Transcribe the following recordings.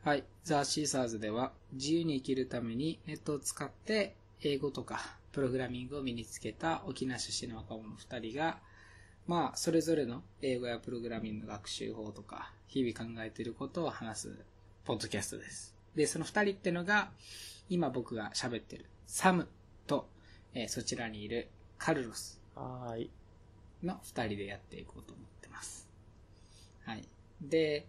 はい。ザ・シーサーズでは自由に生きるためにネットを使って英語とかプログラミングを身につけた沖縄出身の若者2人が、それぞれの英語やプログラミングの学習法とか日々考えていることを話すポッドキャストです。で、その2人ってのが今僕が喋ってるサムと、そちらにいるカルロスの2人でやっていこうと思ってます。はい。で、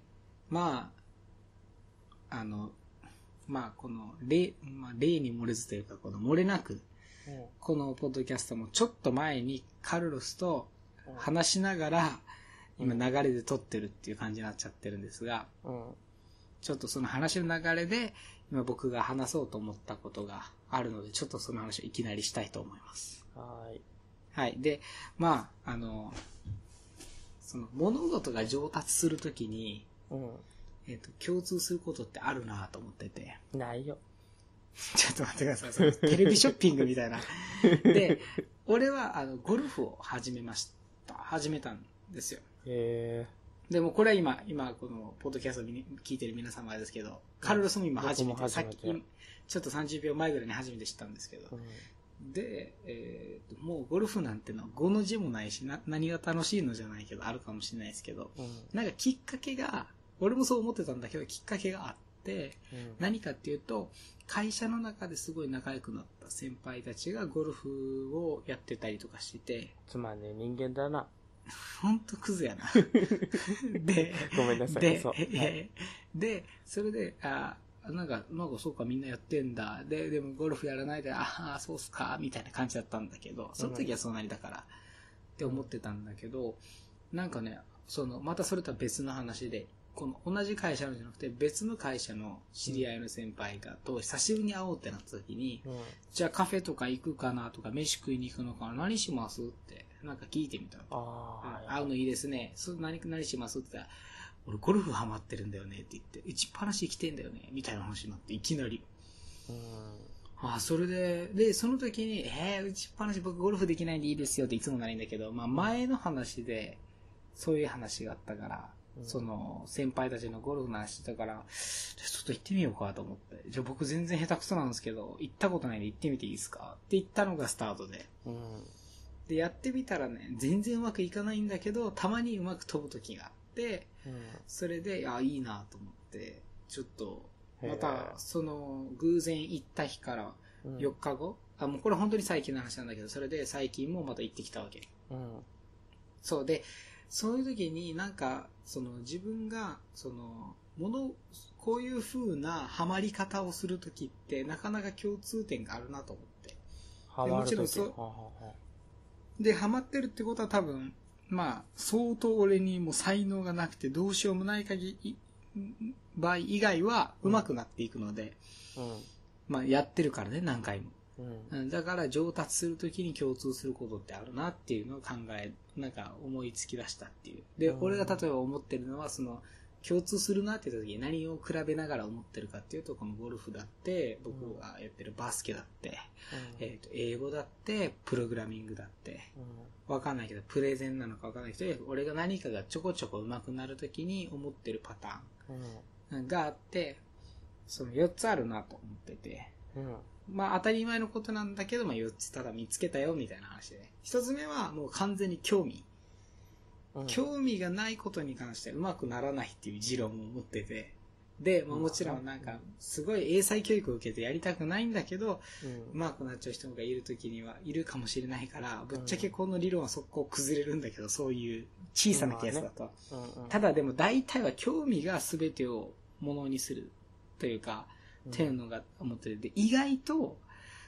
この例に漏れずというか、この漏れなく、このポッドキャストもちょっと前にカルロスと話しながら、今流れで撮ってるっていう感じになっちゃってるんですが、ちょっとその話の流れで、今僕が話そうと思ったことがあるので、ちょっとその話をいきなりしたいと思います。はい。で、その物事が上達するときに、共通することってあるなと思ってて。 ないよ。 ちょっと待ってください。テレビショッピングみたいな。で、俺はゴルフを始めたんですよ。でもこれは今このポッドキャストを聞いてる皆様ですけど、カルロスも今初めて、さっきちょっと30秒前ぐらいに初めて知ったんですけど、で、もうゴルフなんてのは5の字もないし、何が楽しいのじゃないけど、あるかもしれないですけど、なんかきっかけが、俺もそう思ってたんだけど、きっかけがあって、何かっていうと、会社の中ですごい仲良くなった先輩たちがゴルフをやってたりとかしてて、 つまんねえ人間だな。 ほんとクズやな。で、 ごめんなさい。 で、それで、なんかそうかみんなやってんだ。でもゴルフやらないで、そうっすか、みたいな感じだったんだけど、その時はそんなにだから、って思ってたんだけど、なんかね、またそれとは別の話で、この同じ会社のじゃなくて別の会社の知り合いの先輩と久しぶりに会おうってなった時に、じゃあカフェとか行くかなとか飯食いに行くのかな、何しますってなんか聞いてみたの。会うのいいですね。何しますって言ったら、俺ゴルフハマってるんだよねって言って、打ちっぱなし来てんだよねみたいな話になって、いきなり。それで、その時に、打ちっぱなし僕ゴルフできないんでいいですよっていつもならいいんだけど、前の話でそういう話があったから、その先輩たちのゴルフの話だから、ちょっと行ってみようかと思って、じゃあ僕全然下手くそなんですけど、行ったことないんで行ってみていいですかって言ったのがスタートで。で、やってみたらね、全然うまくいかないんだけど、たまにうまく飛ぶ時があって、それで、いいなと思って、ちょっと、また、偶然行った日から4日後、もうこれ本当に最近の話なんだけど、それで最近もまた行ってきたわけ。そうで、そういう時になんか、自分が、こういう風なハマり方をする時って、なかなか共通点があるなと思って。もちろんで、ハマってるってことは多分、相当俺にも才能がなくてどうしようもない場合以外は上手くなっていくので、やってるからね、何回も。だから上達するときに共通することってあるなっていうのをなんか思いつき出したっていう。で、俺が例えば思ってるのは、共通するなって言った時に何を比べながら思ってるかっていうと、このゴルフだって、僕がやってるバスケだって、英語だって、プログラミングだって、わかんないけど、プレゼンなのかわかんないけど、俺が何かがちょこちょこ上手くなるときに思ってるパターンがあって、その4つあるなと思ってて、当たり前のことなんだけど、4つただ見つけたよみたいな話で、1つ目はもう完全に興味がないことに関しては上手くならないっていう持論を持ってて、で、もちろんなんかすごい英才教育を受けてやりたくないんだけど、上手くなっちゃう人がいるときにはいるかもしれないから、ぶっちゃけこの理論はそこ崩れるんだけど、そういう小さなケースだと。ただでも大体は興味が全てをものにするというか、っていうのが思ってる。で、意外と、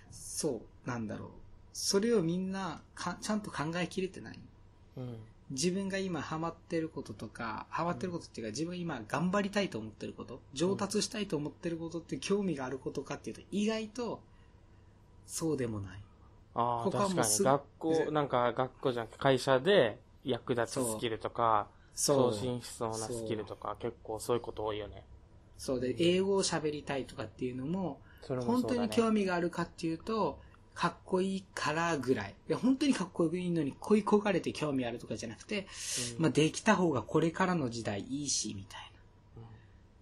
それをみんなちゃんと考えきれてない。自分が今ハマってることとか、っていうか自分が今頑張りたいと思ってること、上達したいと思ってることって興味があることかっていうと、意外と、そうでもない。 確かに。学校じゃなくて会社で役立つスキルとか、送信しそうなスキルとか、結構そういうこと多いよね。 そうで、英語を喋りたいとかっていうのも、本当に興味があるかっていうと、かっこいいからぐらい。本当にかっこいいのに恋焦がれて興味あるとかじゃなくて、できた方がこれからの時代いいし、みたいな。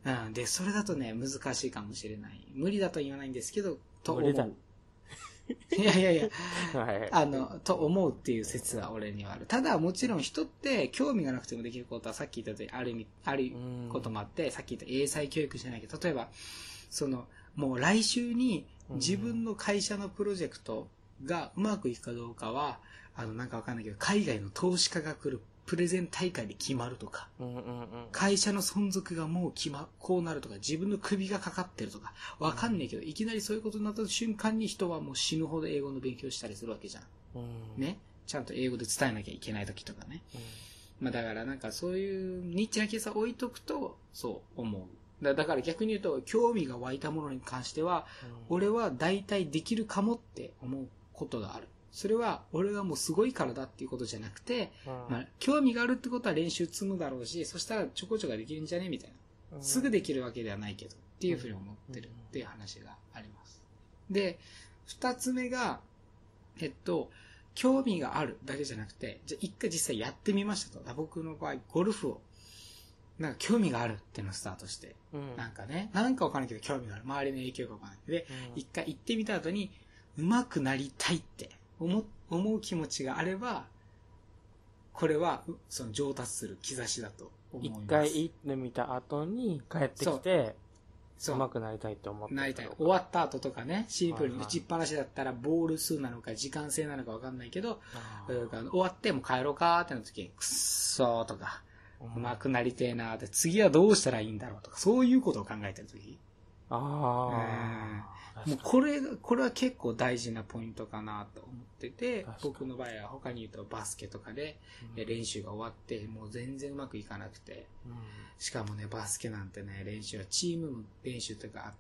うん。で、それだとね、難しいかもしれない。無理だとは言わないんですけど、と思う。 無理だ。 いやいやいや、 はい。 と思うっていう説は俺にはある。ただ、もちろん人って興味がなくてもできることはさっき言った通り、あることもあって、さっき言った英才教育じゃないけど、例えば、もう来週に自分の会社のプロジェクトがうまくいくかどうかは、なんかわかんないけど、海外の投資家が来るプレゼン大会で決まるとか、会社の存続がもうこうなるとか、自分の首がかかってるとか、わかんないけど、いきなりそういうことになった瞬間に人はもう死ぬほど英語の勉強したりするわけじゃん。ね。ちゃんと英語で伝えなきゃいけない時とかね。まあだからなんかそういうニッチなケースは置いとくと、そう思う。だから逆に言うと、興味が湧いたものに関しては、俺は大体できるかもって思うことがある。それは、俺がもうすごいからだっていうことじゃなくて、まあ、興味があるってことは練習積むだろうし、そしたらちょこちょこできるんじゃねみたいな。すぐできるわけではないけど、っていうふうに思ってるっていう話があります。で、二つ目が、興味があるだけじゃなくて、じゃあ一回実際やってみましたと。僕の場合、ゴルフを、なんか興味があるっていうのをスタートして、なんかね、なんかわかんないけど興味がある。周りの影響がわかんない。で、一回行ってみた後に、上手くなりたいって思う気持ちがあれば、これは、上達する兆しだと思います。 一回行ってみた後に帰ってきて、上手くなりたいって思ってなりたい。終わった後とかね、シンプルに打ちっぱなしだったら、ボール数なのか時間制なのかわかんないけど、終わってもう帰ろうかーってなった時に、くっそーとか、上手くなりてーなーって、次はどうしたらいいんだろうとか、そういうことを考えてる時。もうこれは結構大事なポイントかなと思ってて、僕の場合は他に言うとバスケとかで練習が終わってもう全然うまくいかなくて、しかもねバスケなんてね練習はチームの練習とかあって、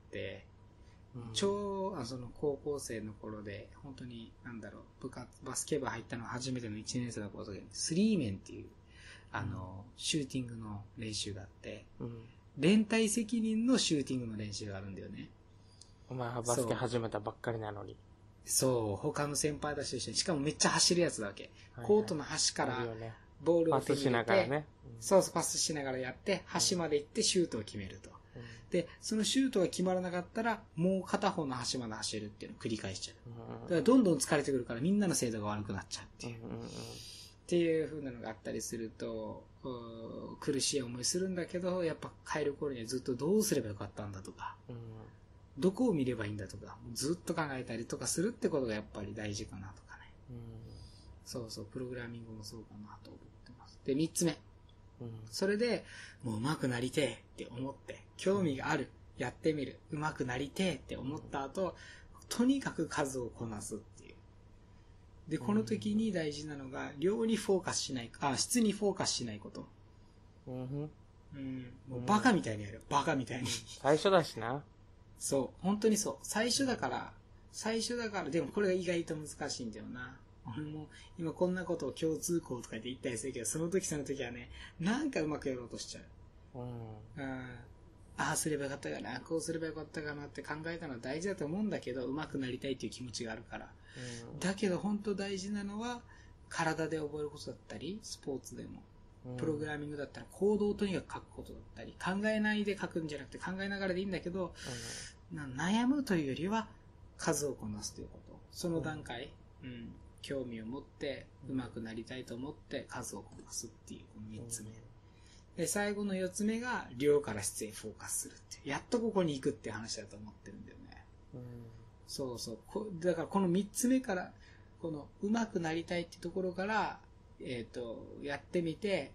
高校生の頃で本当にバスケ部入ったのは初めての1年生の頃でスリーメンっていうシューティングの練習があって、連帯責任のシューティングの練習があるんだよね。 お前はバスケ始めたばっかりなのに。 そう、他の先輩たちと一緒に、しかもめっちゃ走るやつだわけ。コートの端からボールを手に入れて、パスしながらね。そう、パスしながらやって、端まで行ってシュートを決めると。で、そのシュートが決まらなかったら、もう片方の端まで走るっていうのを繰り返しちゃう。だからどんどん疲れてくるからみんなの精度が悪くなっちゃうっていう。っていう風なのがあったりすると、苦しい思いするんだけど、やっぱ帰る頃にはずっとどうすればよかったんだとか、どこを見ればいいんだとか、ずっと考えたりとかするってことがやっぱり大事かなとかね。そうそう、プログラミングもそうかなと思ってます。で、3つ目。それで、もう上手くなりてえって思って、興味がある、やってみる、上手くなりてえって思った後、とにかく数をこなすっていう。で、この時に大事なのが、量にフォーカスしない、質にフォーカスしないこと。もうバカみたいにやる。バカみたいに。 最初だしな。 そう、本当にそう。最初だから、でもこれが意外と難しいんだよな。俺も今こんなことを共通項とかで言ったりするけど、その時はね、なんかうまくやろうとしちゃう。ああすればよかったかな、こうすればよかったかなって考えたのは大事だと思うんだけど、うまくなりたいっていう気持ちがあるから。だけど本当大事なのは、体で覚えることだったり、スポーツでも。プログラミングだったら行動をとにかく書くことだったり、考えないで書くんじゃなくて考えながらでいいんだけど、悩むというよりは数をこなすということ。その段階、興味を持って上手くなりたいと思って数をこなすっていうこの3つ目。で、最後の4つ目が量から質へフォーカスするっていう。やっとここに行くっていう話だと思ってるんだよね。そうそう。だからこの3つ目から、この上手くなりたいってところから、やってみて、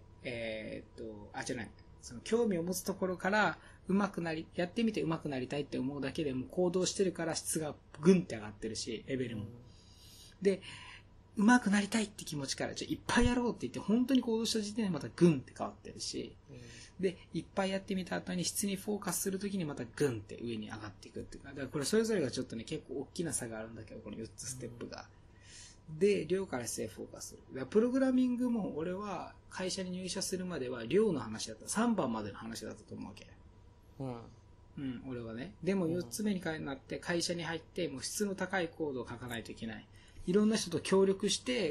その興味を持つところからやってみて上手くなりたいって思うだけでも行動してるから質がグンって上がってるし、レベルも。で、上手くなりたいって気持ちから、いっぱいやろうって言って本当に行動した時点でまたグンって変わってるし、で、いっぱいやってみた後に質にフォーカスするときにまたグンって上に上がっていくっていうか、だからこれそれぞれがちょっとね、結構大きな差があるんだけど、この4つステップが。で、量から質へフォーカスする。だからプログラミングも俺は会社に入社するまでは量の話だった。3番までの話だったと思うわけ。俺はね。でも4つ目になって会社に入ってもう質の高いコードを書かないといけない。いろんな人と協力して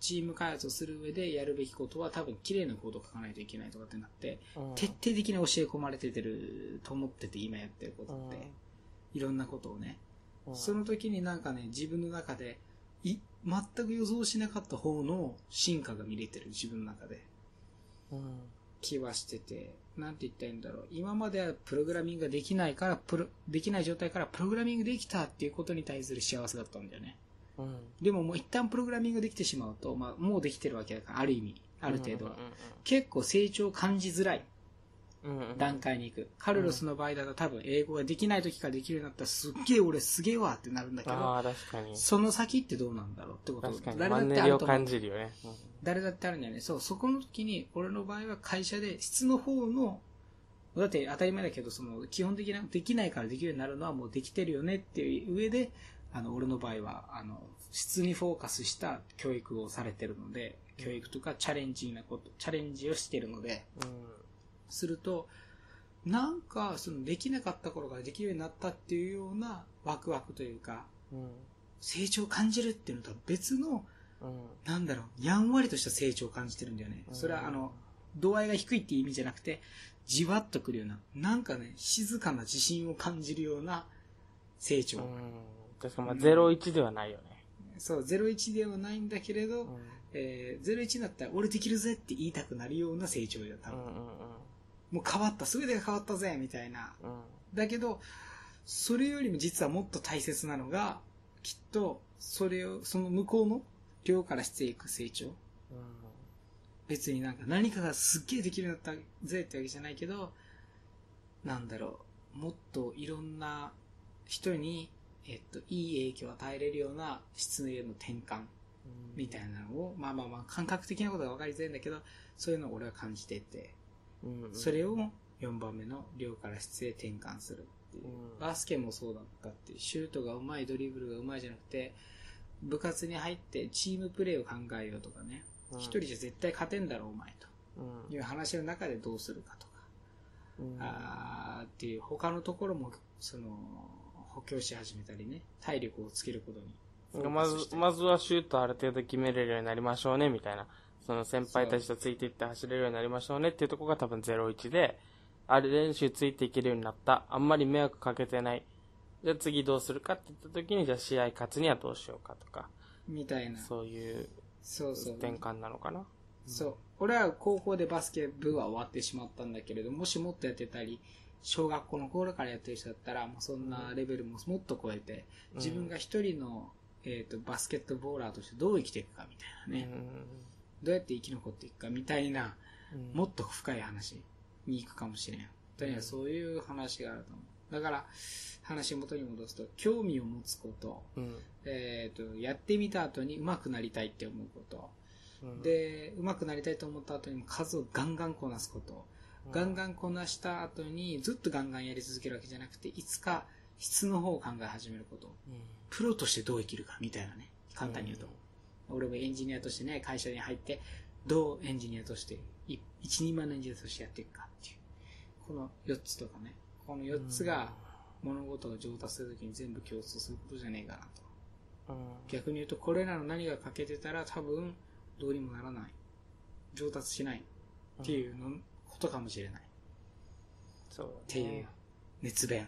チーム開発をする上でやるべきことは多分綺麗なコードを書かないといけないとかってなって、徹底的に教え込まれてると思ってて、今やってることって。いろんなことをね。その時になんかね、自分の中で、全く予想しなかった方の進化が見れてる、自分の中で。気はしてて、なんて言ったらいいんだろう。今まではプログラミングができないから、できない状態からプログラミングできたっていうことに対する幸せだったんだよね。でももう一旦プログラミングできてしまうと、まあもうできてるわけだから、ある意味、ある程度は。結構成長を感じづらい段階に行く。カルロスの場合だと多分英語ができない時からできるようになったらすっげえ俺すげえわってなるんだけど、 確かにその先ってどうなんだろうってことを誰だってあると思う。 誰だってあるんだよね。そう、そこの時に俺の場合は会社で質の方の、だって当たり前だけど、その基本的なできないからできるようになるのはもうできてるよねっていう上で、俺の場合は質にフォーカスした教育をされてるので、教育とかチャレンジをしてるので、するとなんかそのできなかった頃からできるようになったっていうようなワクワクというか、成長を感じるっていうのとは別の、なんだろう、やんわりとした成長を感じてるんだよね。それは度合いが低いっていう意味じゃなくて、じわっとくるような、なんかね、静かな自信を感じるような成長。 確か01ではないよね。 そう、01ではないんだけれど、01だったら俺できるぜって言いたくなるような成長だ、多分。もう変わった、全てが変わったぜみたいな。だけど、それよりも実はもっと大切なのが、きっと、その向こうの量からしていく成長。別になんか何かがすっげえできるようになったぜってわけじゃないけど、なんだろう、もっといろんな人に、いい影響を与えれるような質への転換みたいなのを、まあ感覚的なことが分かりづらいんだけど、そういうのを俺は感じてて、それを4番目の量から質へ転換するっていう。バスケもそうだったっていう、シュートが上手い、ドリブルが上手いじゃなくて、部活に入ってチームプレーを考えようとかね、一人じゃ絶対勝てんだろお前という話の中でどうするかとか、っていう他のところも補強し始めたりね、体力をつけることにまずはシュートある程度決めれるようになりましょうねみたいな、その先輩たちとついていって走れるようになりましょうねっていうところが多分01で、ある練習ついていけるようになった、あんまり迷惑かけてない、じゃあ次どうするかって言った時に、じゃあ試合勝つにはどうしようかとかみたいな、 そういう転換なのかな。 そう、俺は高校でバスケ部は終わってしまったんだけれど、もしもっとやってたり小学校の頃からやってる人だったら、もうそんなレベルももっと超えて、自分が一人の、バスケットボーラーとしてどう生きていくかみたいなね、どうやって生き残っていくかみたいな、もっと深い話に行くかもしれん。とにかくそういう話があると思う。だから話元に戻すと、興味を持つこと、やってみた後に上手くなりたいって思うこと、で上手くなりたいと思った後にも数をガンガンこなすこと、ガンガンこなした後にずっとガンガンやり続けるわけじゃなくて、いつか質の方を考え始めること、プロとしてどう生きるかみたいなね、簡単に言うと、俺もエンジニアとしてね、会社に入ってどうエンジニアとして一人前のエンジニアとしてやっていくかっていう、この4つとかね、この4つが物事を上達するときに全部共通することじゃねえかなと。逆に言うと、これらの何が欠けてたら多分どうにもならない、上達しないっていうのことかもしれない、 そうだね、 っていう熱弁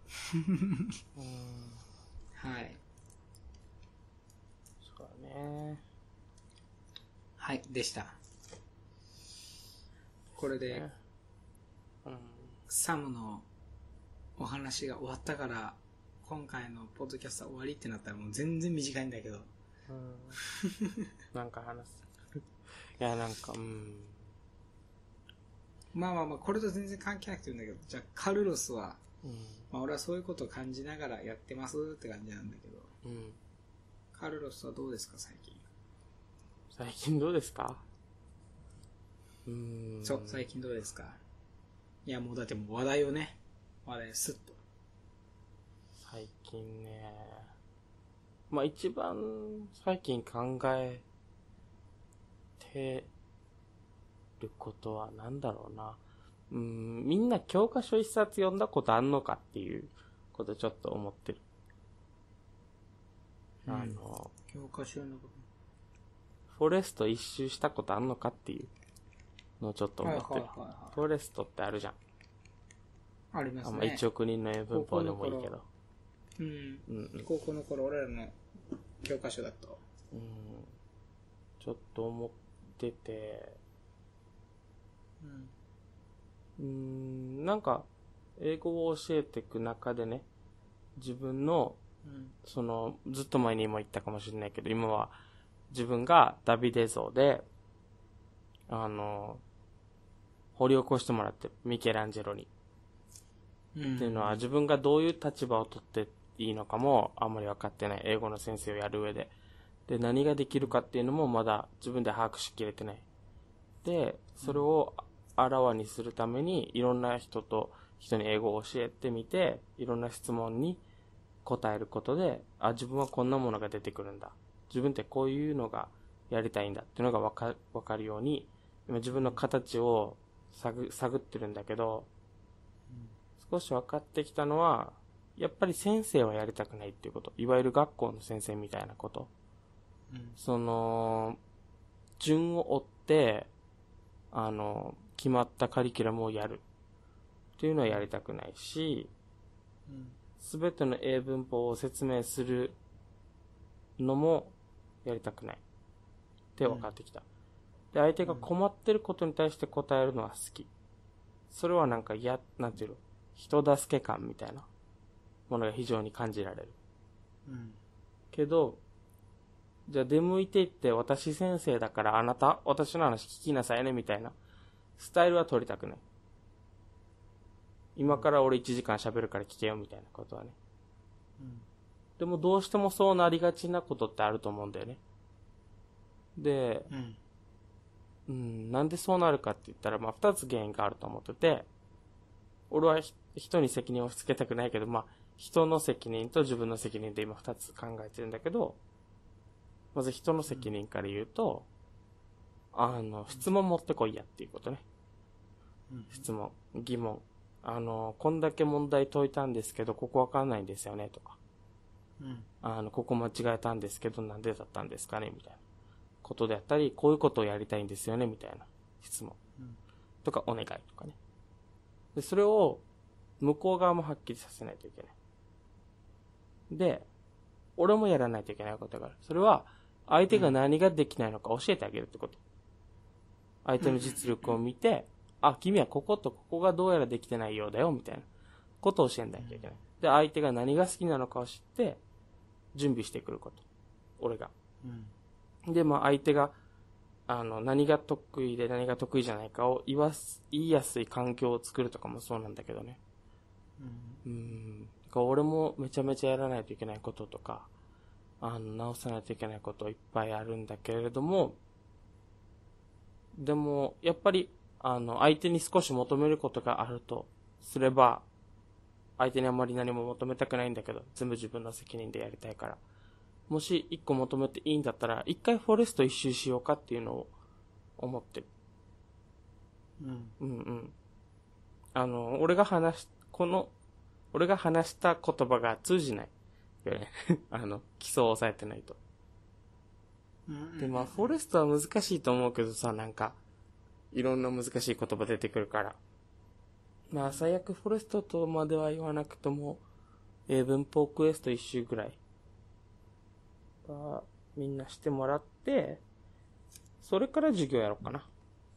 はい、 そうだね、 はいでした。これで、サムのお話が終わったから今回のポッドキャスト終わりってなったらもう全然短いんだけど、 なんか話すいやなんかまあこれと全然関係なくていいんだけど、じゃあカルロスは、俺はそういうことを感じながらやってますって感じなんだけど、カルロスはどうですか最近。 最近どうですか。 そう、最近どうですか。いやもうだってもう話題スッと。 最近ね、まあ一番最近考えてることはなんだろうな。みんな教科書一冊読んだことあんのかっていうことちょっと思ってる。 教科書の部分。 フォレスト一周したことあんのかっていうのをちょっと思ってる。フォレストってあるじゃん。 ありますね。 1億人の英文法でもいいけど。 高校の頃、俺らの教科書だと。 ちょっと思ってて、なんか、英語を教えていく中でね、自分の、ずっと前にも言ったかもしれないけど、今は自分がダビデ像で、掘り起こしてもらってる、ミケランジェロに。っていうのは、自分がどういう立場を取っていいのかもあんまり分かってない。英語の先生をやる上で。で、何ができるかっていうのもまだ自分で把握しきれてない。で、それをあらわにするために、いろんな人に英語を教えてみて、いろんな質問に答えることで、自分はこんなものが出てくるんだ。自分ってこういうのがやりたいんだっていうのがわかるように、今自分の形を探ってるんだけど、少し分かってきたのは、やっぱり先生はやりたくないっていうこと。いわゆる学校の先生みたいなこと。順を追って、決まったカリキュラムをやる。っていうのはやりたくないし、すべての英文法を説明するのもやりたくない。って分かってきた。で、相手が困ってることに対して答えるのは好き。それはなんていうの、人助け感みたいなものが非常に感じられる。けど、じゃあ出向いていって私先生だから私の話聞きなさいねみたいなスタイルは取りたくない。今から俺1時間喋るから聞けよみたいなことはね。でもどうしてもそうなりがちなことってあると思うんだよね。で、なんでそうなるかって言ったら、2つ原因があると思ってて、俺は人に責任を押し付けたくないけど、人の責任と自分の責任で今2つ考えてるんだけど、まず人の責任から言うと、質問持ってこいやっていうことね。質問、疑問。こんだけ問題解いたんですけど、ここわかんないんですよね、とか。ここ間違えたんですけど、なんでだったんですかね、みたいなことであったり、こういうことをやりたいんですよね、みたいな質問。とか、お願いとかね。で、それを、向こう側もはっきりさせないといけない。で、俺もやらないといけないことがある。それは、相手が何ができないのか教えてあげるってこと。相手の実力を見て、君はこことここがどうやらできてないようだよ、みたいなことを教えなきゃいけない。で、相手が何が好きなのかを知って、準備してくること。俺が。で、相手が、何が得意で何が得意じゃないかを言いやすい環境を作るとかもそうなんだけどね。俺もめちゃめちゃやらないといけないこととか、直さないといけないこといっぱいあるんだけれども、でも、やっぱり、相手に少し求めることがあるとすれば、相手にあんまり何も求めたくないんだけど、全部自分の責任でやりたいから。もし一個求めていいんだったら、一回フォレスト一周しようかっていうのを思ってる。俺が話した言葉が通じない。よね。基礎を押さえてないと。で、フォレストは難しいと思うけどさ、いろんな難しい言葉出てくるから。最悪フォレストとまでは言わなくとも、英文法クエスト一周ぐらい。みんなしてもらって、それから授業やろうかな。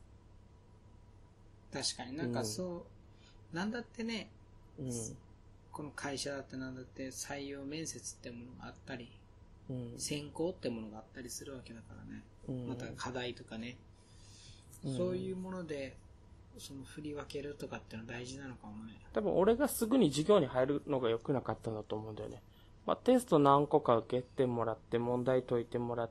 確かになんだってね、この会社だってなんだって採用面接ってものがあったり、選考ってものがあったりするわけだからね。また課題とかね。そういうもので、振り分けるとかってのは大事なのかもね。 多分俺がすぐに授業に入るのが良くなかったんだと思うんだよね。テスト何個か受けてもらって、問題解いてもらって、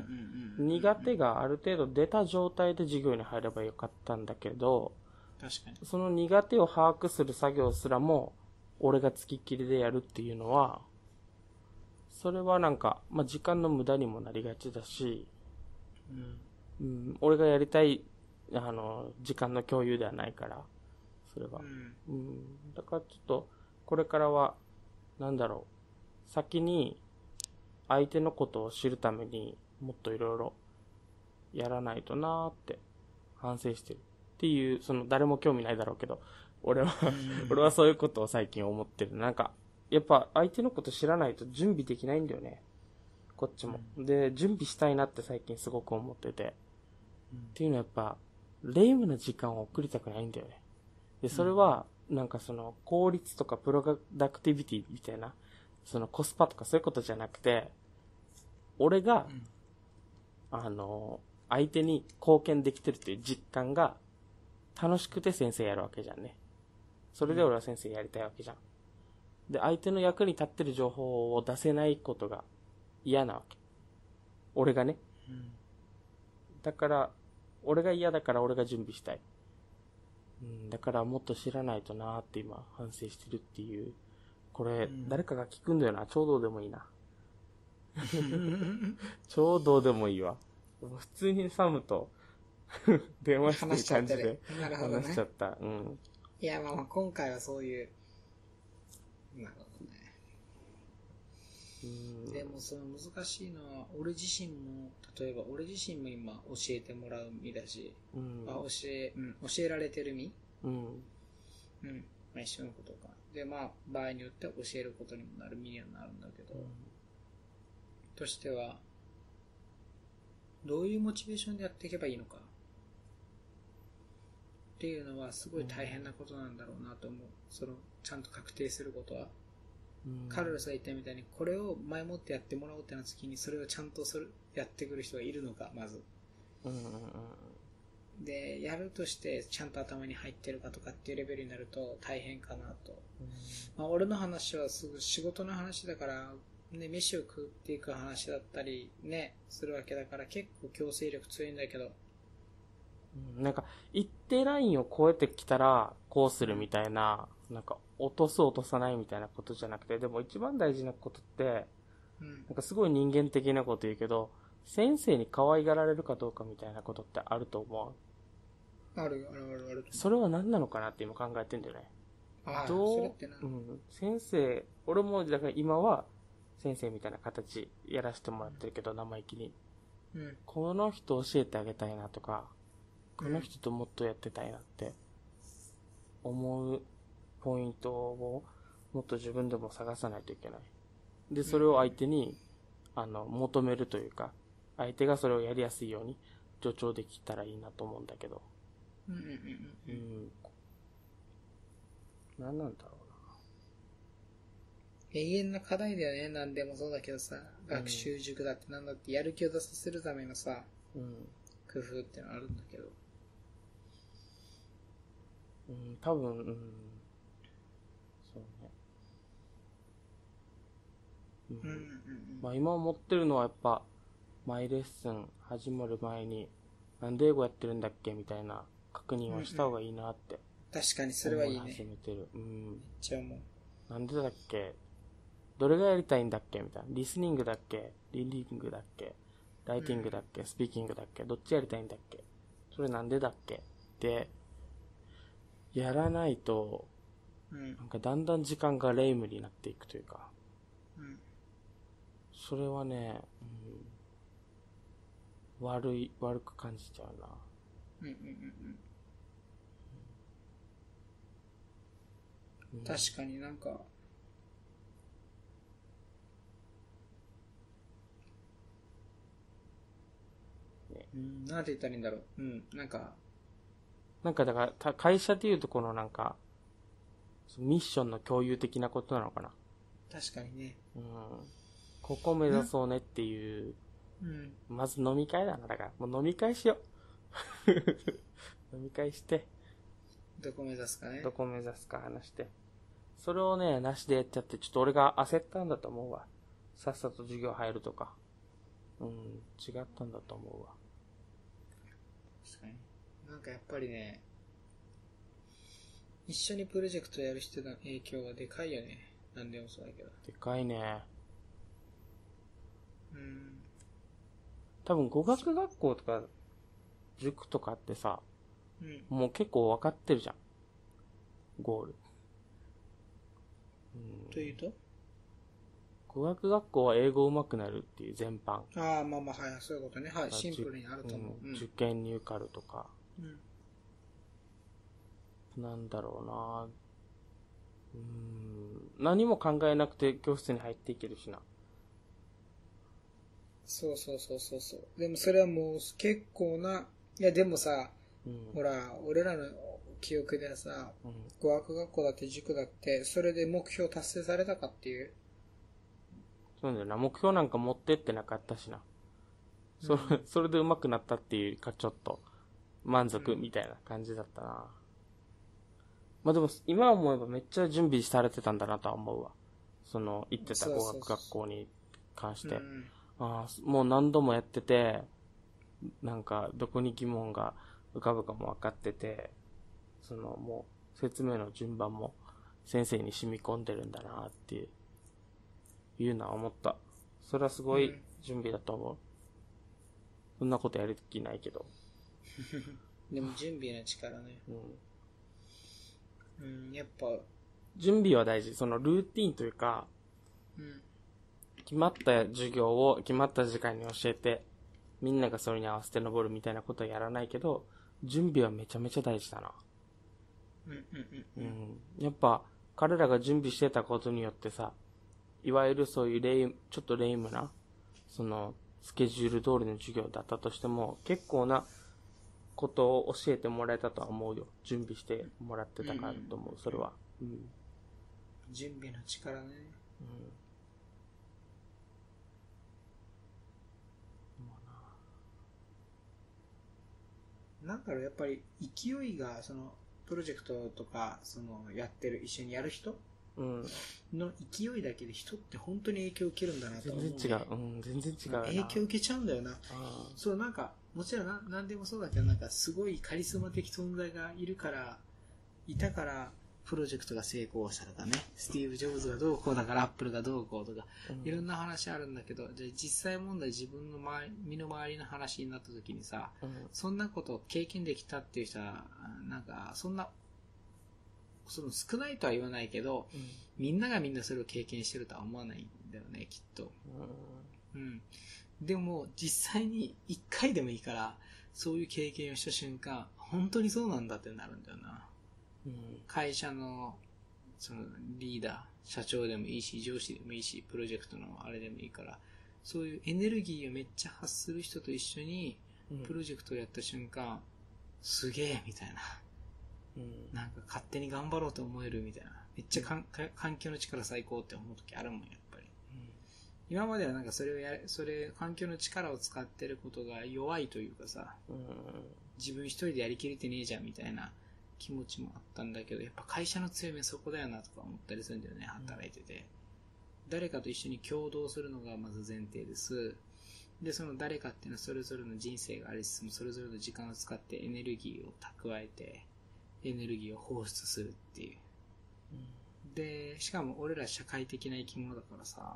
苦手がある程度出た状態で授業に入ればよかったんだけど、 確かに。 その苦手を把握する作業すらも、俺が付きっきりでやるっていうのは、それは時間の無駄にもなりがちだし、俺がやりたい、時間の共有ではないから、それは。だからちょっと、これからは、先に、相手のことを知るためにもっといろいろやらないとなーって反省してる。っていう、誰も興味ないだろうけど、俺は俺はそういうことを最近思ってる。なんか、やっぱ相手のこと知らないと準備できないんだよね。こっちも。で、準備したいなって最近すごく思ってて。っていうのはやっぱ、レイムな時間を送りたくないんだよね。で、それは、なんか効率とかプロダクティビティみたいな、コスパとかそういうことじゃなくて、俺が、相手に貢献できてるという実感が楽しくて先生やるわけじゃんね。それで俺は先生やりたいわけじゃん。で、相手の役に立ってる情報を出せないことが嫌なわけ。俺がね。だから、俺が嫌だから俺が準備したい。だからもっと知らないとなーって今反省してるっていう。これ、誰かが聞くんだよな。ちょうどでもいいな。ちょうどでもいいわ。普通にサムと電話してる感じで話しちゃった。 いや、まあ今回はそういう、なるほどね。でも難しいのは、俺自身も、例えば俺自身も今教えてもらう身だし、教えられてる身まあ一緒のことか。で、まあ場合によっては教えることにもなる身にはなるんだけど、としては、どういうモチベーションでやっていけばいいのかっていうのはすごい大変なことなんだろうなと思う。ちゃんと確定することは。カルロスが言ったみたいに、これを前もってやってもらおうってなった時に、それをちゃんとやってくる人がいるのか、まず。で、やるとしてちゃんと頭に入ってるかとかっていうレベルになると大変かなと。まあ俺の話はすぐ仕事の話だから、ね、飯を食っていく話だったりね、するわけだから結構強制力強いんだけど。 なんか、一定ラインを超えてきたら、こうするみたいな、なんか、落とす落とさないみたいなことじゃなくて、でも一番大事なことって、なんかすごい人間的なこと言うけど、先生に可愛がられるかどうかみたいなことってあると思う。 ある。 それは何なのかなって今考えてんだよね。 それってな。 先生、俺もだから今は、先生みたいな形やらせてもらってるけど、生意気に。この人教えてあげたいなとか、この人ともっとやってたいなって思うポイントをもっと自分でも探さないといけない。で、それを相手に、求めるというか、相手がそれをやりやすいように助長できたらいいなと思うんだけど。何なんだろうな。 永遠な課題だよね。何でもそうだけどさ、学習塾だってなんだってやる気を出させるためのさ、工夫ってのあるんだけど。 多分、そうね。まあ今思ってるのはやっぱ、マイレッスン始まる前に、なんで英語やってるんだっけみたいな確認はした方がいいなって。 確かにそれはいいね。 始めてる。めっちゃ思う。 なんでだっけどれがやりたいんだっけみたいな。リスニングだっけリーディングだっけライティングだっけスピーキングだっけどっちやりたいんだっけそれなんでだっけってやらないと、なんかだんだん時間がレイムになっていくというか、それはね、悪く感じちゃうな。 確かになんか、なんて言ったらいいんだろう。なんかだから、会社でいうとこのなんか、ミッションの共有的なことなのかな。 確かにね。 ここ目指そうねっていう、まず飲み会だな。だから、もう飲み会しよう。飲み会して。 どこ目指すかね。 どこ目指すか話して。それをね、なしでやっちゃって、ちょっと俺が焦ったんだと思うわ。さっさと授業入るとか。違ったんだと思うわ。 確かに。なんかやっぱりね、一緒にプロジェクトやる人の影響はでかいよね。なんでもそうだけど。 でかいね。多分語学学校とか塾とかってさ、もう結構分かってるじゃん。ゴール。 というと語学学校は英語上手くなるっていう全般。 ああ、まあまあ、はい、そういうことね。はい、シンプルにあると思う。 受験に受かるとか。 うん。 なんだろうな。何も考えなくて教室に入っていけるしな。 そうそうそうそうそう。でもそれはもう結構な、いやでもさ、ほら、俺らの記憶ではさ、語学学校だって塾だって、それで目標達成されたかっていう。 そうだよな。目標なんか持ってってなかったしな。それで上手くなったっていうか、ちょっと満足みたいな感じだったな。まあでも、今思えばめっちゃ準備されてたんだなとは思うわ。行ってた語学学校に関して。もう何度もやってて、なんか、どこに疑問が浮かぶかも分かってて、もう、説明の順番も先生に染み込んでるんだなっていうのは思った。それはすごい準備だと思う。そんなことやる気ないけど。 でも準備の力ね。やっぱ。 準備は大事。ルーティンというか、決まった授業を決まった時間に教えて、みんながそれに合わせて登るみたいなことはやらないけど、準備はめちゃめちゃ大事だな。やっぱ、彼らが準備してたことによってさ、いわゆるそういうちょっとレイムな、スケジュール通りの授業だったとしても、結構なことを教えてもらえたとは思うよ。準備してもらってたからと思う、それは。 準備の力ね。なんだろう、やっぱり勢いが、プロジェクトとか、やってる、一緒にやる人の勢いだけで人って本当に影響を受けるんだなと思う、ね。 全然違う。全然違うな。 影響を受けちゃうんだよな。そう、なんか、もちろんなんでもそうだけど、なんかすごいカリスマ的存在がいたから、プロジェクトが成功したとかね、スティーブ・ジョブズがどうこうだからアップルがどうこうとか、いろんな話あるんだけど、じゃあ実際問題自分の身の回りの話になった時にさ、そんなことを経験できたっていう人は、なんか、少ないとは言わないけど、みんながみんなそれを経験してるとは思わないんだよね、きっと。でも、実際に一回でもいいから、そういう経験をした瞬間、本当にそうなんだってなるんだよな。会社の、リーダー、社長でもいいし、上司でもいいし、プロジェクトのあれでもいいから、そういうエネルギーをめっちゃ発する人と一緒に、プロジェクトをやった瞬間、すげえみたいな。なんか勝手に頑張ろうと思えるみたいな。めっちゃ環境の力最高って思う時あるもん、やっぱり。今まではなんか環境の力を使ってることが弱いというかさ、自分一人でやりきれてねえじゃんみたいな気持ちもあったんだけど、やっぱ会社の強みはそこだよなとか思ったりするんだよね、働いてて。誰かと一緒に共同するのがまず前提です。で、その誰かっていうのはそれぞれの人生がありつつも、それぞれの時間を使ってエネルギーを蓄えて、エネルギーを放出するっていう。で、しかも俺ら社会的な生き物だからさ、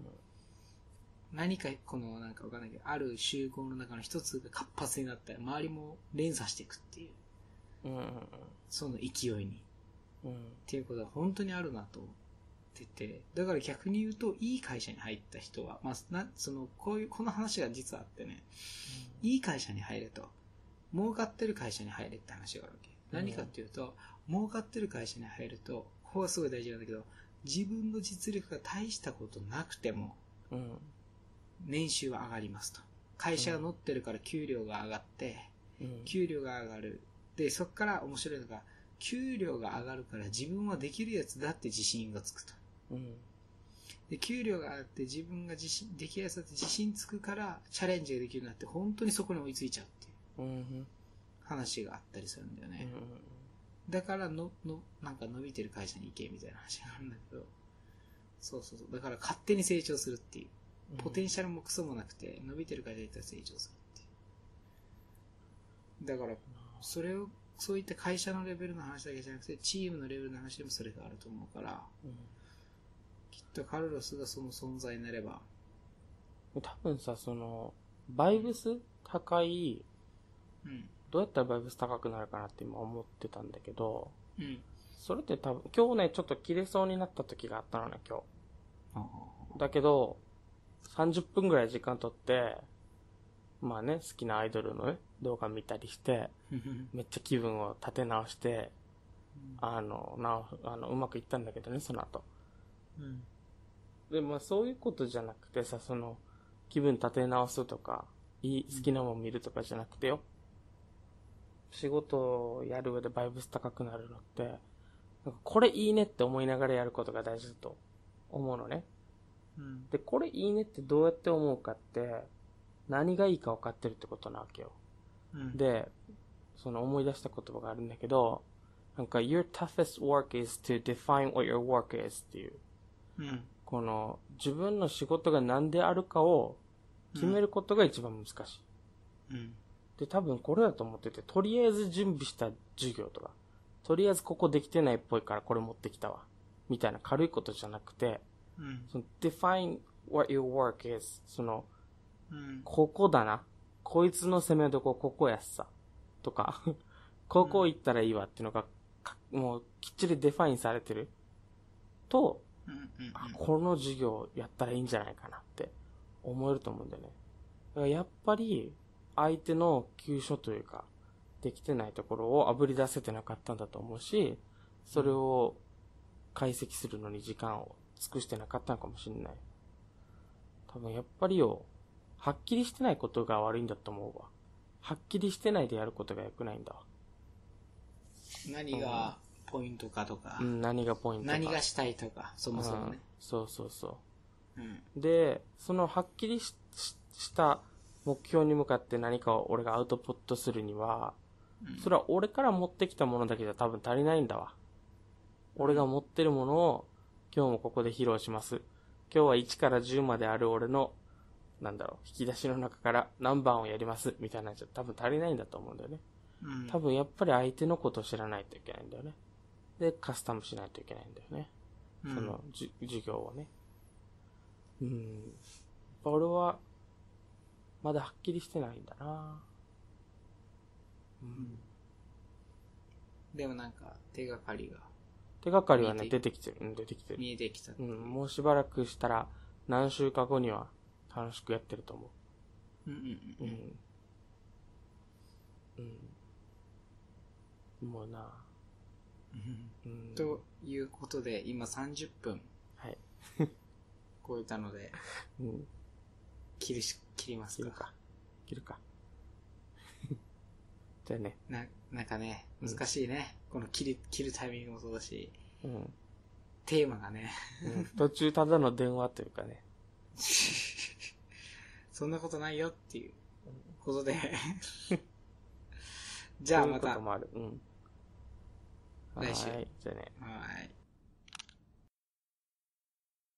何かなんかわかんないけど、ある集合の中の一つが活発になったら、周りも連鎖していくっていう。その勢いに。っていうことは本当にあるなと思ってて、だから逆に言うと、いい会社に入った人は、この話が実はあってね、いい会社に入れと、儲かってる会社に入れって話があるわけ。何かっていうと、儲かってる会社に入ると、ここはすごい大事なんだけど、自分の実力が大したことなくても、年収は上がりますと。会社が乗ってるから給料が上がって、給料が上がる。で、そっから面白いのが、給料が上がるから自分はできるやつだって自信がつくと。で、給料が上がって自分ができるやつだって自信つくからチャレンジができるようになって本当にそこに追いついちゃうっていう話があったりするんだよね。だからなんか伸びてる会社に行けみたいな話があるんだけど、そう。だから勝手に成長するっていう。ポテンシャルもクソもなくて、伸びてる会社に行ったら成長するっていう。だから、そういった会社のレベルの話だけじゃなくて、チームのレベルの話でもそれがあると思うから、きっとカルロスがその存在になれば。 多分さ、バイブス高い、どうやったらバイブス高くなるかなって今思ってたんだけど、それって多分、今日ね、ちょっと切れそうになった時があったのね、今日。 だけど、30分ぐらい時間取って、まあね、好きなアイドルのね、動画見たりして、めっちゃ気分を立て直して、うまくいったんだけどね、その後。うん。で、まあそういうことじゃなくてさ、気分立て直すとか、好きなもん見るとかじゃなくてよ。仕事をやる上でバイブス高くなるのって、なんかこれいいねって思いながらやることが大事だと思うのね。うん、で、これいいねってどうやって思うかって、何がいいか分かってるってことなわけよ。うん、で、思い出した言葉があるんだけど、なんか your toughest work is to define what your work is っていう。うん、この自分の仕事が何であるかを決めることが一番難しい。うん、で、多分これだと思ってて、とりあえず準備した授業とか、とりあえずここできてないっぽいからこれ持ってきたわ。みたいな軽いことじゃなくて、うん、define what your work is うん、ここだな。こいつの攻めどここやっさ。とか、ここ行ったらいいわっていうのが、もうきっちりデファインされてる。と、この授業やったらいいんじゃないかなって思えると思うんだよね。だからやっぱり、相手の急所というか、できてないところを炙り出せてなかったんだと思うし、それを解析するのに時間を尽くしてなかったのかもしれない。多分やっぱりよ、はっきりしてないことが悪いんだと思うわ。はっきりしてないでやることが良くないんだわ。 何がポイントかとか。 うん、何がポイントか。 何がしたいとか、そもそもね。 そうそうそう。うん、で、はっきりした目標に向かって何かを俺がアウトプットするには、それは俺から持ってきたものだけじゃ多分足りないんだわ。俺が持ってるものを今日もここで披露します。今日は1から10まである俺の引き出しの中から何番をやりますみたいなじゃ多分足りないんだと思うんだよね。うん、多分やっぱり相手のことを知らないといけないんだよね。で、カスタムしないといけないんだよね。うん、授業をね。俺は、まだはっきりしてないんだな。 うん。でもなんか、手がかりはね、 出てきてる。 見えてきた。 もうしばらくしたら、何週間後には、楽しくやってると思う。もうな。 ということで、今30分。 はい。 超えたので、切りますか。 切るか。じゃあね。 なんかね、難しいね。この切るタイミングもそうだし、テーマがね。 途中ただの電話というかね。 そんなことないよっていうことで。じゃあまた。 そういうこともある。来週。 はい。 じゃあね。 はい。